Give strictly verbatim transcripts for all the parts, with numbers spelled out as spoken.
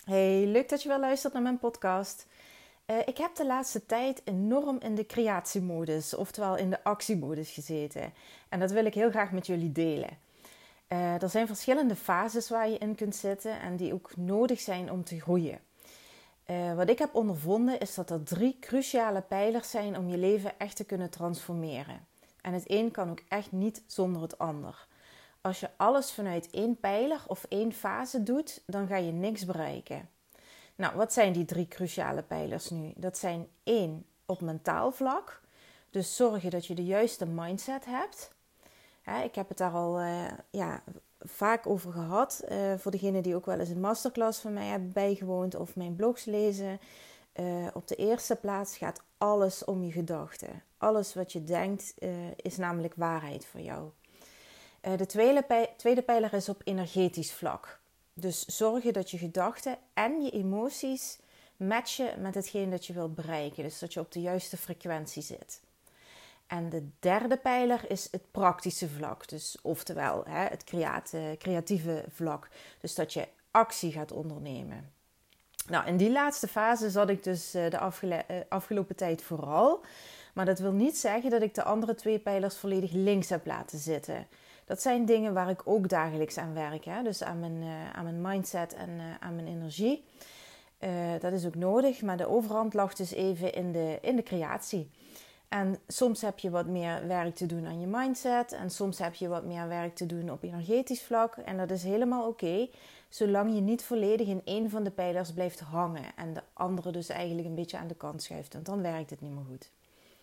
Hey, leuk dat je wel luistert naar mijn podcast. Uh, ik heb de laatste tijd enorm in de creatiemodus, oftewel in de actiemodus gezeten. En dat wil ik heel graag met jullie delen. Uh, er zijn verschillende fases waar je in kunt zitten en die ook nodig zijn om te groeien. Uh, wat ik heb ondervonden is dat er drie cruciale pijlers zijn om je leven echt te kunnen transformeren. En het een kan ook echt niet zonder het ander. Als je alles vanuit één pijler of één fase doet, dan ga je niks bereiken. Nou, wat zijn die drie cruciale pijlers nu? Dat zijn één, op mentaal vlak. Dus zorgen dat je de juiste mindset hebt. Ja, ik heb het daar al uh, ja, vaak over gehad. Uh, voor degenen die ook wel eens een masterclass van mij hebben bijgewoond of mijn blogs lezen. Uh, op de eerste plaats gaat alles om je gedachten. Alles wat je denkt uh, is namelijk waarheid voor jou. Uh, de tweede, pij- tweede pijler is op energetisch vlak. Dus zorgen dat je gedachten en je emoties matchen met hetgeen dat je wilt bereiken. Dus dat je op de juiste frequentie zit. En de derde pijler is het praktische vlak. Dus oftewel hè, het create, creatieve vlak. Dus dat je actie gaat ondernemen. Nou, in die laatste fase zat ik dus de afgele- afgelopen tijd vooral. Maar dat wil niet zeggen dat ik de andere twee pijlers volledig links heb laten zitten. Dat zijn dingen waar ik ook dagelijks aan werk. Hè? Dus aan mijn, uh, aan mijn mindset en uh, aan mijn energie. Uh, dat is ook nodig. Maar de overhand lag dus even in de, in de creatie. En soms heb je wat meer werk te doen aan je mindset. En soms heb je wat meer werk te doen op energetisch vlak. En dat is helemaal oké. Okay, zolang je niet volledig in één van de pijlers blijft hangen. En de andere dus eigenlijk een beetje aan de kant schuift. Want dan werkt het niet meer goed.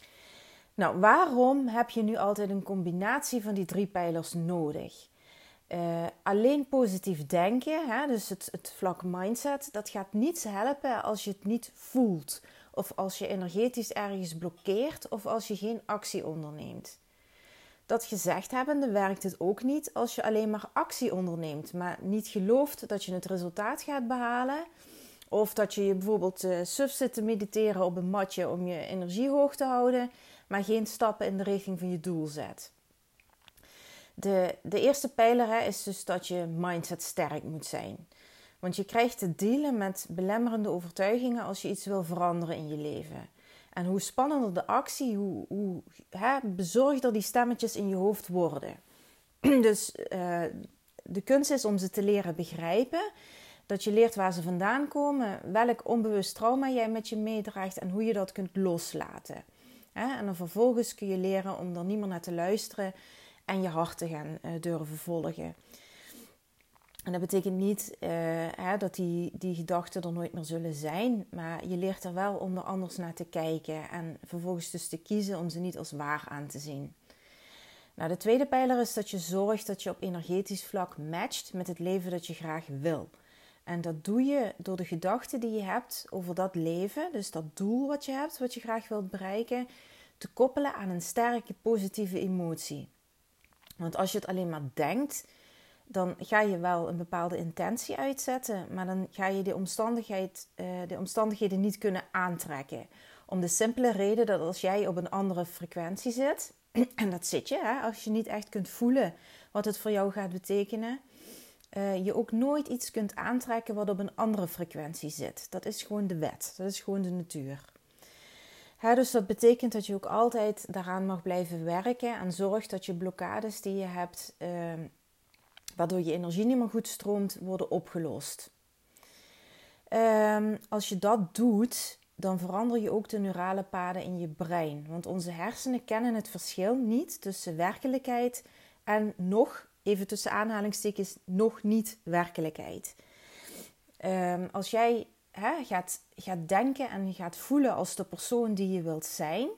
Nou, waarom heb je nu altijd een combinatie van die drie pijlers nodig? Uh, alleen positief denken, hè, dus het, het vlak mindset, dat gaat niets helpen als je het niet voelt. Of als je energetisch ergens blokkeert of als je geen actie onderneemt. Dat gezegd hebbende werkt het ook niet als je alleen maar actie onderneemt, maar niet gelooft dat je het resultaat gaat behalen. Of dat je je bijvoorbeeld uh, suf zit te mediteren op een matje om je energie hoog te houden, maar geen stappen in de richting van je doel zet. De, de eerste pijler hè, is dus dat je mindset sterk moet zijn. Want je krijgt te dealen met belemmerende overtuigingen als je iets wil veranderen in je leven. En hoe spannender de actie, hoe, hoe hè, bezorgder die stemmetjes in je hoofd worden. Dus uh, de kunst is om ze te leren begrijpen. Dat je leert waar ze vandaan komen, welk onbewust trauma jij met je meedraagt en hoe je dat kunt loslaten. En dan vervolgens kun je leren om er niet meer naar te luisteren en je hart te gaan uh, durven volgen. En dat betekent niet uh, hè, dat die, die gedachten er nooit meer zullen zijn, maar je leert er wel om er anders naar te kijken en vervolgens dus te kiezen om ze niet als waar aan te zien. Nou, de tweede pijler is dat je zorgt dat je op energetisch vlak matcht met het leven dat je graag wil. En dat doe je door de gedachten die je hebt over dat leven, dus dat doel wat je hebt, wat je graag wilt bereiken, te koppelen aan een sterke positieve emotie. Want als je het alleen maar denkt, dan ga je wel een bepaalde intentie uitzetten, maar dan ga je de, omstandigheid, uh, de omstandigheden niet kunnen aantrekken. Om de simpele reden dat als jij op een andere frequentie zit, en dat zit je, hè, als je niet echt kunt voelen wat het voor jou gaat betekenen, Uh, je ook nooit iets kunt aantrekken wat op een andere frequentie zit. Dat is gewoon de wet, dat is gewoon de natuur. Ja, dus dat betekent dat je ook altijd daaraan mag blijven werken en zorgt dat je blokkades die je hebt, uh, waardoor je energie niet meer goed stroomt, worden opgelost. Uh, als je dat doet, dan verander je ook de neurale paden in je brein. Want onze hersenen kennen het verschil niet tussen werkelijkheid en nog even tussen aanhalingstekens, nog niet werkelijkheid. Um, als jij hè, gaat, gaat denken en gaat voelen als de persoon die je wilt zijn,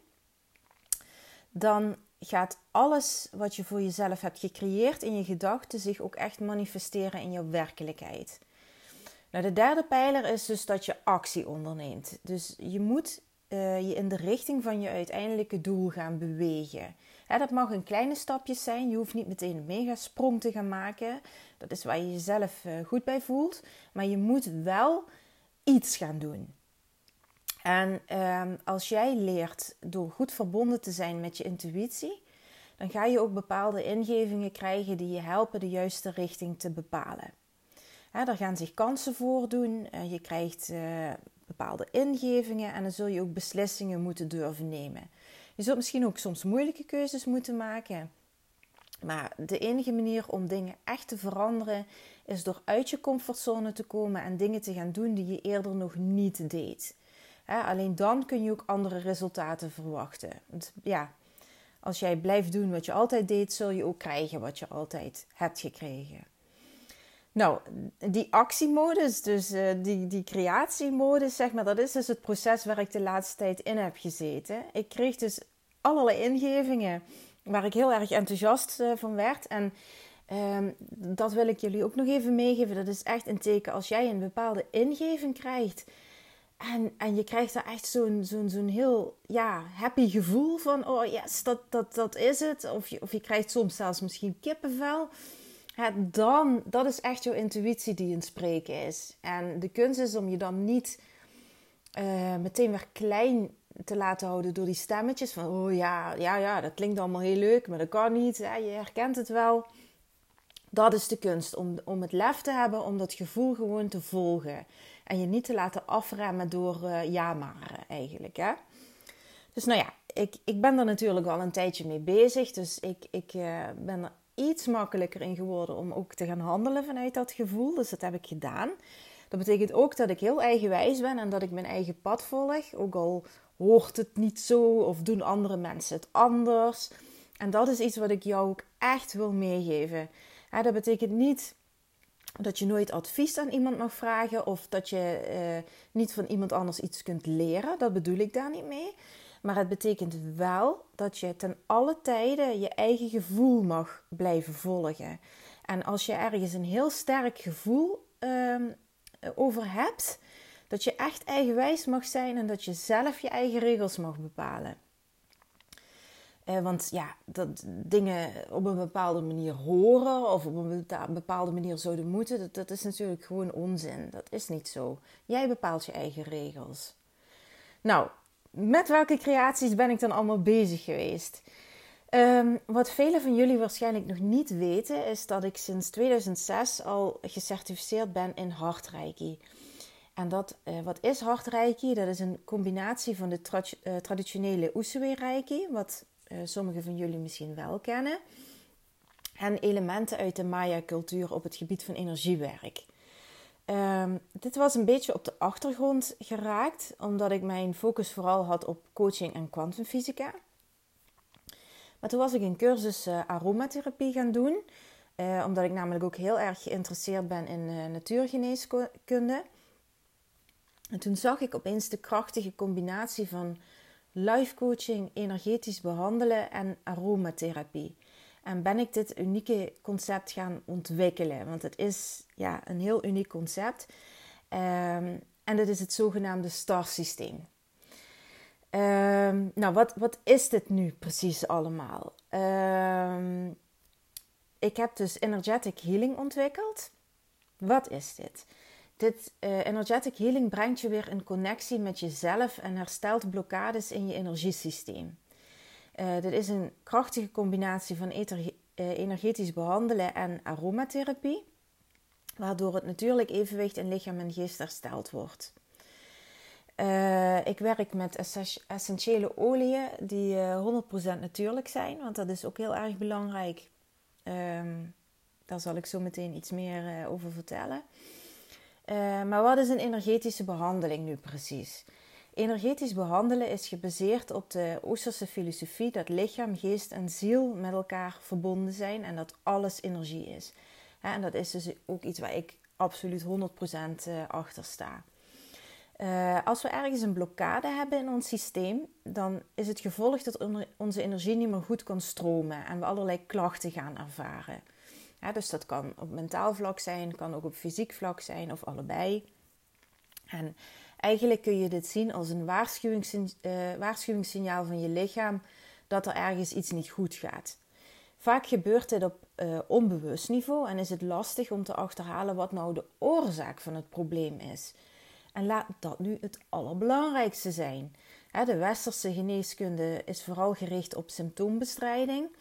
dan gaat alles wat je voor jezelf hebt gecreëerd in je gedachten zich ook echt manifesteren in jouw werkelijkheid. Nou, de derde pijler is dus dat je actie onderneemt. Dus je moet uh, je in de richting van je uiteindelijke doel gaan bewegen. Ja, dat mag een kleine stapjes zijn. Je hoeft niet meteen een megasprong te gaan maken. Dat is waar je jezelf uh, goed bij voelt. Maar je moet wel iets gaan doen. En uh, als jij leert door goed verbonden te zijn met je intuïtie, dan ga je ook bepaalde ingevingen krijgen die je helpen de juiste richting te bepalen. Hè, daar gaan zich kansen voordoen. Uh, je krijgt uh, bepaalde ingevingen en dan zul je ook beslissingen moeten durven nemen. Je zult misschien ook soms moeilijke keuzes moeten maken. Maar de enige manier om dingen echt te veranderen is door uit je comfortzone te komen en dingen te gaan doen die je eerder nog niet deed. Hè, alleen dan kun je ook andere resultaten verwachten. Want ja, als jij blijft doen wat je altijd deed, zul je ook krijgen wat je altijd hebt gekregen. Nou, die actiemodus, dus uh, die, die creatiemodus, zeg maar, dat is dus het proces waar ik de laatste tijd in heb gezeten. Ik kreeg dus allerlei ingevingen waar ik heel erg enthousiast uh, van werd. En uh, dat wil ik jullie ook nog even meegeven. Dat is echt een teken als jij een bepaalde ingeving krijgt. En, en je krijgt daar echt zo'n, zo'n, zo'n heel ja, happy gevoel van. Oh yes, dat, dat, dat is het. Of je, of je krijgt soms zelfs misschien kippenvel. Ja, dan, dat is echt jouw intuïtie die in het spreken is. En de kunst is om je dan niet uh, meteen weer klein te laten houden door die stemmetjes. Van oh ja, ja, ja, dat klinkt allemaal heel leuk, maar dat kan niet. Ja, je herkent het wel. Dat is de kunst, om, om het lef te hebben, om dat gevoel gewoon te volgen. En je niet te laten afremmen door uh, ja maar eigenlijk. Hè? Dus nou ja, ik, ik ben er natuurlijk al een tijdje mee bezig. Dus ik, ik uh, ben er iets makkelijker in geworden om ook te gaan handelen vanuit dat gevoel. Dus dat heb ik gedaan. Dat betekent ook dat ik heel eigenwijs ben en dat ik mijn eigen pad volg. Ook al hoort het niet zo of doen andere mensen het anders. En dat is iets wat ik jou ook echt wil meegeven. Ja, dat betekent niet dat je nooit advies aan iemand mag vragen of dat je uh, niet van iemand anders iets kunt leren. Dat bedoel ik daar niet mee. Maar het betekent wel dat je ten alle tijde je eigen gevoel mag blijven volgen. En als je ergens een heel sterk gevoel uh, over hebt, dat je echt eigenwijs mag zijn en dat je zelf je eigen regels mag bepalen. Uh, want ja, dat dingen op een bepaalde manier horen of op een bepaalde manier zouden moeten, dat, dat is natuurlijk gewoon onzin. Dat is niet zo. Jij bepaalt je eigen regels. Nou, met welke creaties ben ik dan allemaal bezig geweest? Um, wat velen van jullie waarschijnlijk nog niet weten, is dat ik sinds tweeduizend zes al gecertificeerd ben in Hart-Reiki. En dat, uh, wat is Hart-Reiki? Dat is een combinatie van de tra- uh, traditionele Usui-Reiki, wat uh, sommigen van jullie misschien wel kennen, en elementen uit de Maya-cultuur op het gebied van energiewerk. Um, dit was een beetje op de achtergrond geraakt, omdat ik mijn focus vooral had op coaching en kwantumfysica. Maar toen was ik een cursus uh, aromatherapie gaan doen, uh, omdat ik namelijk ook heel erg geïnteresseerd ben in uh, natuurgeneeskunde. En toen zag ik opeens de krachtige combinatie van life coaching, energetisch behandelen en aromatherapie. En ben ik dit unieke concept gaan ontwikkelen. Want het is ja, een heel uniek concept. Um, en dit is het zogenaamde STAR-systeem. Um, nou, wat, wat is dit nu precies allemaal? Um, ik heb dus energetic healing ontwikkeld. Wat is dit? Dit uh, energetic healing brengt je weer in connectie met jezelf en herstelt blokkades in je energiesysteem. Uh, dit is een krachtige combinatie van ether, uh, energetisch behandelen en aromatherapie, waardoor het natuurlijk evenwicht in lichaam en geest hersteld wordt. Uh, ik werk met essentiële oliën die uh, honderd procent natuurlijk zijn, want dat is ook heel erg belangrijk. Um, daar zal ik zo meteen iets meer uh, over vertellen. Uh, maar wat is een energetische behandeling nu precies? Energetisch behandelen is gebaseerd op de Oosterse filosofie dat lichaam, geest en ziel met elkaar verbonden zijn en dat alles energie is. Ja, en dat is dus ook iets waar ik absoluut honderd procent achter sta. Uh, als we ergens een blokkade hebben in ons systeem, dan is het gevolg dat onze energie niet meer goed kan stromen en we allerlei klachten gaan ervaren. Ja, dus dat kan op mentaal vlak zijn, kan ook op fysiek vlak zijn of allebei. En eigenlijk kun je dit zien als een waarschuwings, uh, waarschuwingssignaal van je lichaam dat er ergens iets niet goed gaat. Vaak gebeurt dit op uh, onbewust niveau en is het lastig om te achterhalen wat nou de oorzaak van het probleem is. En laat dat nu het allerbelangrijkste zijn. De westerse geneeskunde is vooral gericht op symptoombestrijding.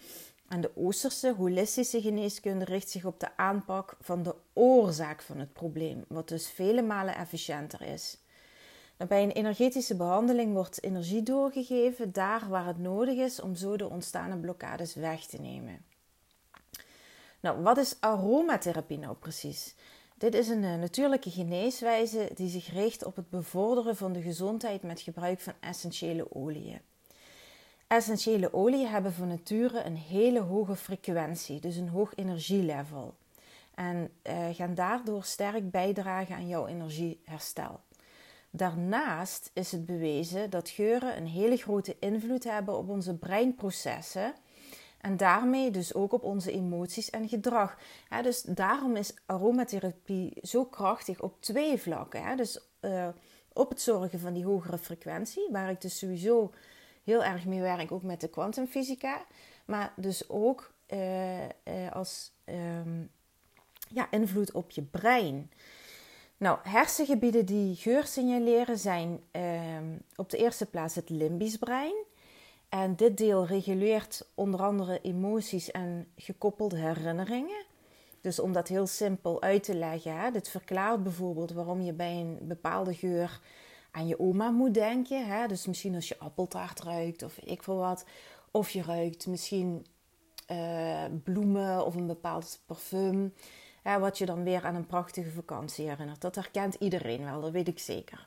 En de Oosterse holistische geneeskunde richt zich op de aanpak van de oorzaak van het probleem, wat dus vele malen efficiënter is. Bij een energetische behandeling wordt energie doorgegeven daar waar het nodig is om zo de ontstane blokkades weg te nemen. Nou, wat is aromatherapie nou precies? Dit is een uh, natuurlijke geneeswijze die zich richt op het bevorderen van de gezondheid met gebruik van essentiële oliën. Essentiële oliën hebben van nature een hele hoge frequentie, dus een hoog energielevel. En uh, gaan daardoor sterk bijdragen aan jouw energieherstel. Daarnaast is het bewezen dat geuren een hele grote invloed hebben op onze breinprocessen en daarmee dus ook op onze emoties en gedrag. Ja, dus daarom is aromatherapie zo krachtig op twee vlakken. Hè? Dus uh, op het zorgen van die hogere frequentie, waar ik dus sowieso heel erg mee werk, ook met de kwantumfysica, maar dus ook uh, uh, als um, ja, invloed op je brein. Nou, hersengebieden die geur signaleren zijn uh, op de eerste plaats het limbisch brein. En dit deel reguleert onder andere emoties en gekoppelde herinneringen. Dus om dat heel simpel uit te leggen, hè, dit verklaart bijvoorbeeld waarom je bij een bepaalde geur aan je oma moet denken. Hè? Dus misschien als je appeltaart ruikt of ik veel wat. Of je ruikt misschien uh, bloemen of een bepaald parfum. Hè, wat je dan weer aan een prachtige vakantie herinnert. Dat herkent iedereen wel, dat weet ik zeker.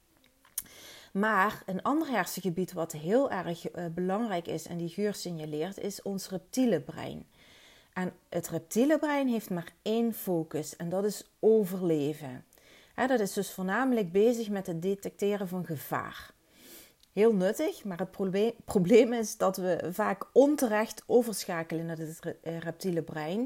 Maar een ander hersengebied wat heel erg uh, belangrijk is en die geur signaleert, is ons reptiele brein. En het reptiele brein heeft maar één focus en dat is overleven. He, dat is dus voornamelijk bezig met het detecteren van gevaar. Heel nuttig, maar het proble- probleem is dat we vaak onterecht overschakelen naar het re- reptiele brein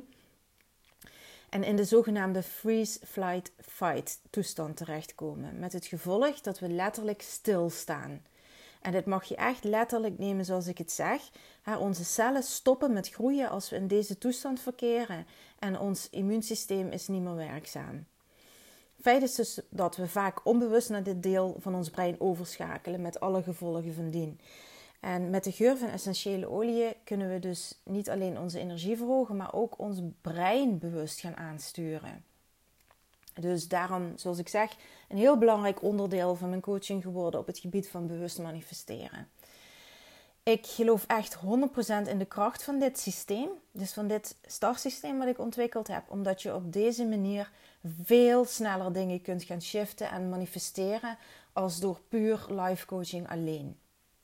en in de zogenaamde freeze, flight, fight toestand terechtkomen. Met het gevolg dat we letterlijk stilstaan. En dit mag je echt letterlijk nemen zoals ik het zeg. He, onze cellen stoppen met groeien als we in deze toestand verkeren en ons immuunsysteem is niet meer werkzaam. Feit is dus dat we vaak onbewust naar dit deel van ons brein overschakelen met alle gevolgen van dien. En met de geur van essentiële oliën kunnen we dus niet alleen onze energie verhogen, maar ook ons brein bewust gaan aansturen. Dus daarom, zoals ik zeg, een heel belangrijk onderdeel van mijn coaching geworden op het gebied van bewust manifesteren. Ik geloof echt honderd procent in de kracht van dit systeem, dus van dit startsysteem wat ik ontwikkeld heb, omdat je op deze manier veel sneller dingen kunt gaan shiften en manifesteren als door puur life coaching alleen.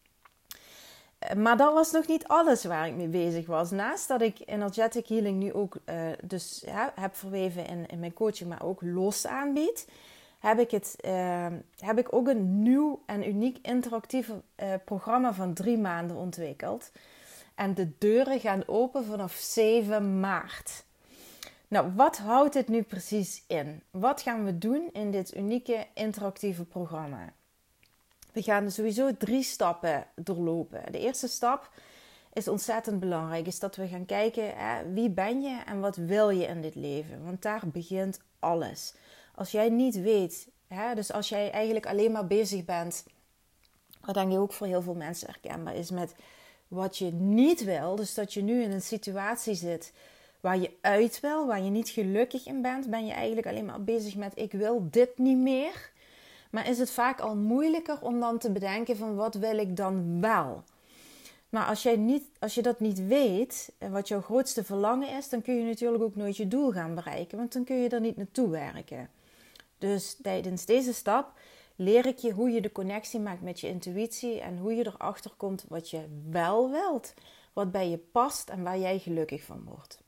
Maar dat was nog niet alles waar ik mee bezig was. Naast dat ik energetic healing nu ook uh, dus ja, heb verweven in, in mijn coaching, maar ook los aanbied, heb ik, het, uh, heb ik ook een nieuw en uniek interactief uh, programma van drie maanden ontwikkeld. En de deuren gaan open vanaf zeven maart. Nou, wat houdt dit nu precies in? Wat gaan we doen in dit unieke interactieve programma? We gaan sowieso drie stappen doorlopen. De eerste stap is ontzettend belangrijk. Is dat we gaan kijken, hè, wie ben je en wat wil je in dit leven? Want daar begint alles. Als jij niet weet, hè, dus als jij eigenlijk alleen maar bezig bent, wat denk ik ook voor heel veel mensen herkenbaar is, met wat je niet wil. Dus dat je nu in een situatie zit waar je uit wil, waar je niet gelukkig in bent, ben je eigenlijk alleen maar bezig met ik wil dit niet meer. Maar is het vaak al moeilijker om dan te bedenken van wat wil ik dan wel? Maar als, jij niet, als je dat niet weet, wat jouw grootste verlangen is, dan kun je natuurlijk ook nooit je doel gaan bereiken. Want dan kun je er niet naartoe werken. Dus tijdens deze stap leer ik je hoe je de connectie maakt met je intuïtie en hoe je erachter komt wat je wel wilt. Wat bij je past en waar jij gelukkig van wordt.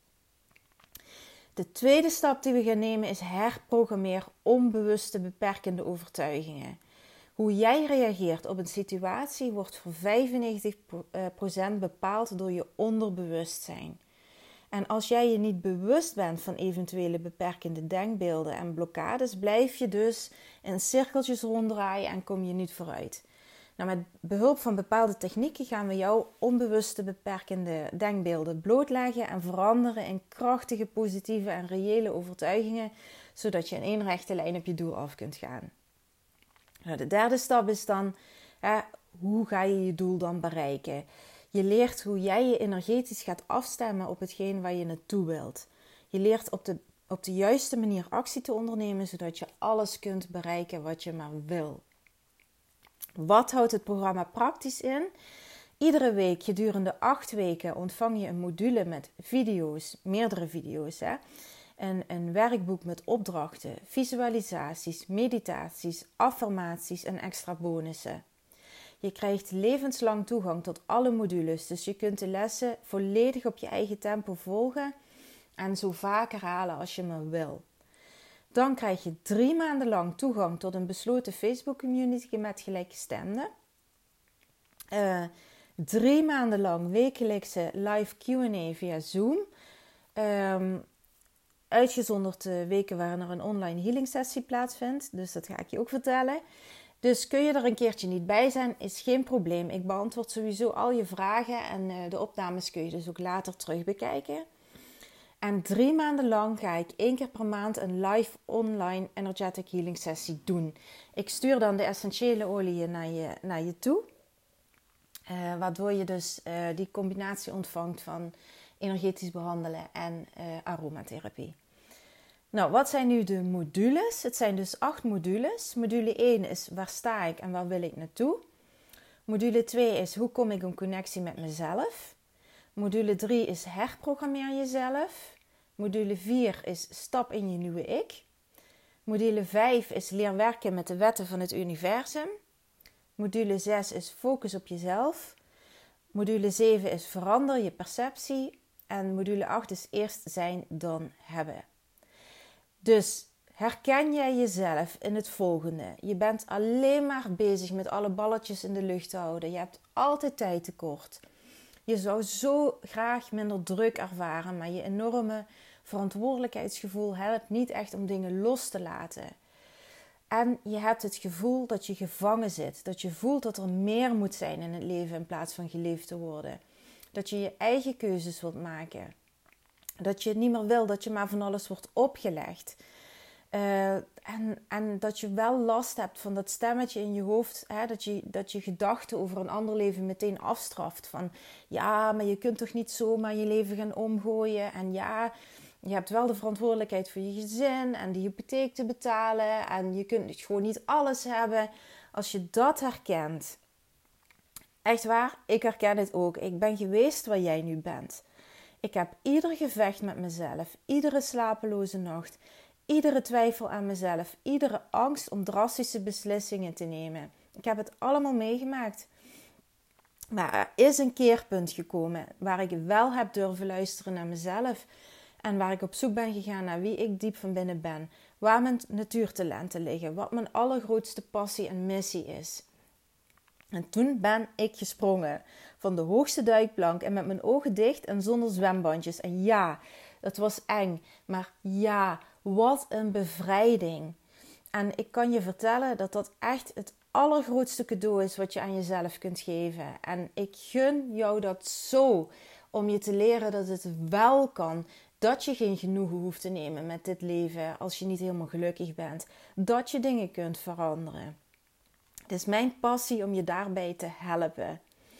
De tweede stap die we gaan nemen is herprogrammeer onbewuste beperkende overtuigingen. Hoe jij reageert op een situatie wordt voor vijfennegentig procent bepaald door je onderbewustzijn. En als jij je niet bewust bent van eventuele beperkende denkbeelden en blokkades, blijf je dus in cirkeltjes ronddraaien en kom je niet vooruit. Nou, met behulp van bepaalde technieken gaan we jouw onbewuste beperkende denkbeelden blootleggen en veranderen in krachtige, positieve en reële overtuigingen, zodat je in één rechte lijn op je doel af kunt gaan. Nou, de derde stap is dan, hè, hoe ga je je doel dan bereiken? Je leert hoe jij je energetisch gaat afstemmen op hetgeen waar je naartoe wilt. Je leert op de, op de juiste manier actie te ondernemen, zodat je alles kunt bereiken wat je maar wil. Wat houdt het programma praktisch in? Iedere week gedurende acht weken ontvang je een module met video's, meerdere video's, hè? En een werkboek met opdrachten, visualisaties, meditaties, affirmaties en extra bonussen. Je krijgt levenslang toegang tot alle modules, dus je kunt de lessen volledig op je eigen tempo volgen en zo vaak herhalen als je maar wil. Dan krijg je drie maanden lang toegang tot een besloten Facebook community met gelijkgestemden. Uh, drie maanden lang wekelijkse live Q en A via Zoom. Um, uitgezonderd de weken waarin er een online healing sessie plaatsvindt. Dus dat ga ik je ook vertellen. Dus kun je er een keertje niet bij zijn, is geen probleem. Ik beantwoord sowieso al je vragen en uh, de opnames kun je dus ook later terug bekijken. En drie maanden lang ga ik één keer per maand een live online energetic healing sessie doen. Ik stuur dan de essentiële oliën naar je, naar je toe. Uh, waardoor je dus uh, die combinatie ontvangt van energetisch behandelen en uh, aromatherapie. Nou, wat zijn nu de modules? Het zijn dus acht modules. Module één is waar sta ik en waar wil ik naartoe? Module twee is hoe kom ik in connectie met mezelf? Module drie is herprogrammeer jezelf. Module vier is stap in je nieuwe ik. Module vijf is leer werken met de wetten van het universum. Module zes is focus op jezelf. Module zeven is verander je perceptie. En module acht is eerst zijn, dan hebben. Dus herken jij jezelf in het volgende. Je bent alleen maar bezig met alle balletjes in de lucht te houden. Je hebt altijd tijd tekort. Je zou zo graag minder druk ervaren, maar je enorme verantwoordelijkheidsgevoel helpt niet echt om dingen los te laten. En je hebt het gevoel dat je gevangen zit. Dat je voelt dat er meer moet zijn in het leven in plaats van geleefd te worden. Dat je je eigen keuzes wilt maken. Dat je het niet meer wil, dat je maar van alles wordt opgelegd. Uh, en, en dat je wel last hebt van dat stemmetje in je hoofd. Hè, dat, je, dat je gedachten over een ander leven meteen afstraft. Van ja, maar je kunt toch niet zomaar je leven gaan omgooien. En ja, je hebt wel de verantwoordelijkheid voor je gezin en de hypotheek te betalen. En je kunt gewoon niet alles hebben. Als je dat herkent. Echt waar, ik herken het ook. Ik ben geweest waar jij nu bent. Ik heb ieder gevecht met mezelf, iedere slapeloze nacht, iedere twijfel aan mezelf, iedere angst om drastische beslissingen te nemen. Ik heb het allemaal meegemaakt. Maar er is een keerpunt gekomen waar ik wel heb durven luisteren naar mezelf. En waar ik op zoek ben gegaan naar wie ik diep van binnen ben. Waar mijn natuurtalenten liggen. Wat mijn allergrootste passie en missie is. En toen ben ik gesprongen van de hoogste duikplank en met mijn ogen dicht en zonder zwembandjes. En ja, het was eng. Maar ja, wat een bevrijding. En ik kan je vertellen dat dat echt het allergrootste cadeau is wat je aan jezelf kunt geven. En ik gun jou dat zo om je te leren dat het wel kan. Dat je geen genoegen hoeft te nemen met dit leven als je niet helemaal gelukkig bent. Dat je dingen kunt veranderen. Het is mijn passie om je daarbij te helpen.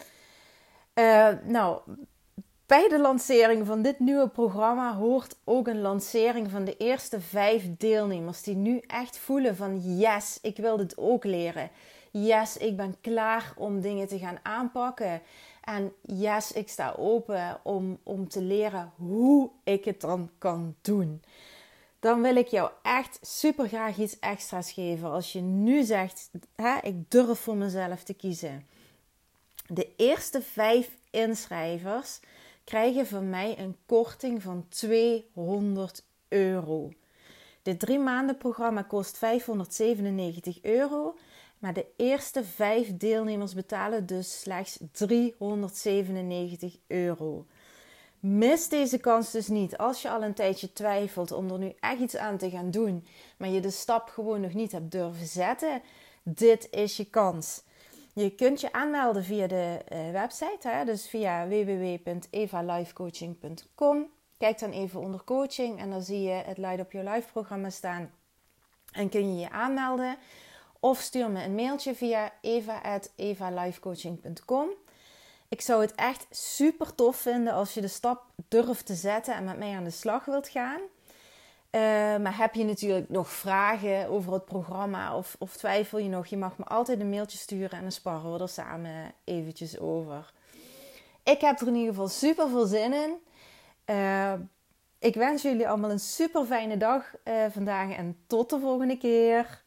Uh, nou, bij de lancering van dit nieuwe programma hoort ook een lancering van de eerste vijf deelnemers die nu echt voelen van yes, ik wil dit ook leren. Yes, ik ben klaar om dingen te gaan aanpakken. En yes, ik sta open om, om te leren hoe ik het dan kan doen. Dan wil ik jou echt super graag iets extra's geven. Als je nu zegt, hè, ik durf voor mezelf te kiezen. De eerste vijf inschrijvers krijgen van mij een korting van tweehonderd euro. Dit drie maanden programma kost vijfhonderdzevenennegentig euro. Maar de eerste vijf deelnemers betalen dus slechts driehonderdzevenennegentig euro. Mis deze kans dus niet. Als je al een tijdje twijfelt om er nu echt iets aan te gaan doen, maar je de stap gewoon nog niet hebt durven zetten, dit is je kans. Je kunt je aanmelden via de uh, website, hè? Dus via w w w punt eva life coaching punt com. Kijk dan even onder coaching en dan zie je het Light Up Your Life programma staan. En kun je je aanmelden. Of stuur me een mailtje via eva at eva life coaching punt com. Ik zou het echt super tof vinden als je de stap durft te zetten en met mij aan de slag wilt gaan. Uh, maar heb je natuurlijk nog vragen over het programma of, of twijfel je nog? Je mag me altijd een mailtje sturen en dan sparren we er samen eventjes over. Ik heb er in ieder geval super veel zin in. Uh, ik wens jullie allemaal een super fijne dag uh, vandaag en tot de volgende keer.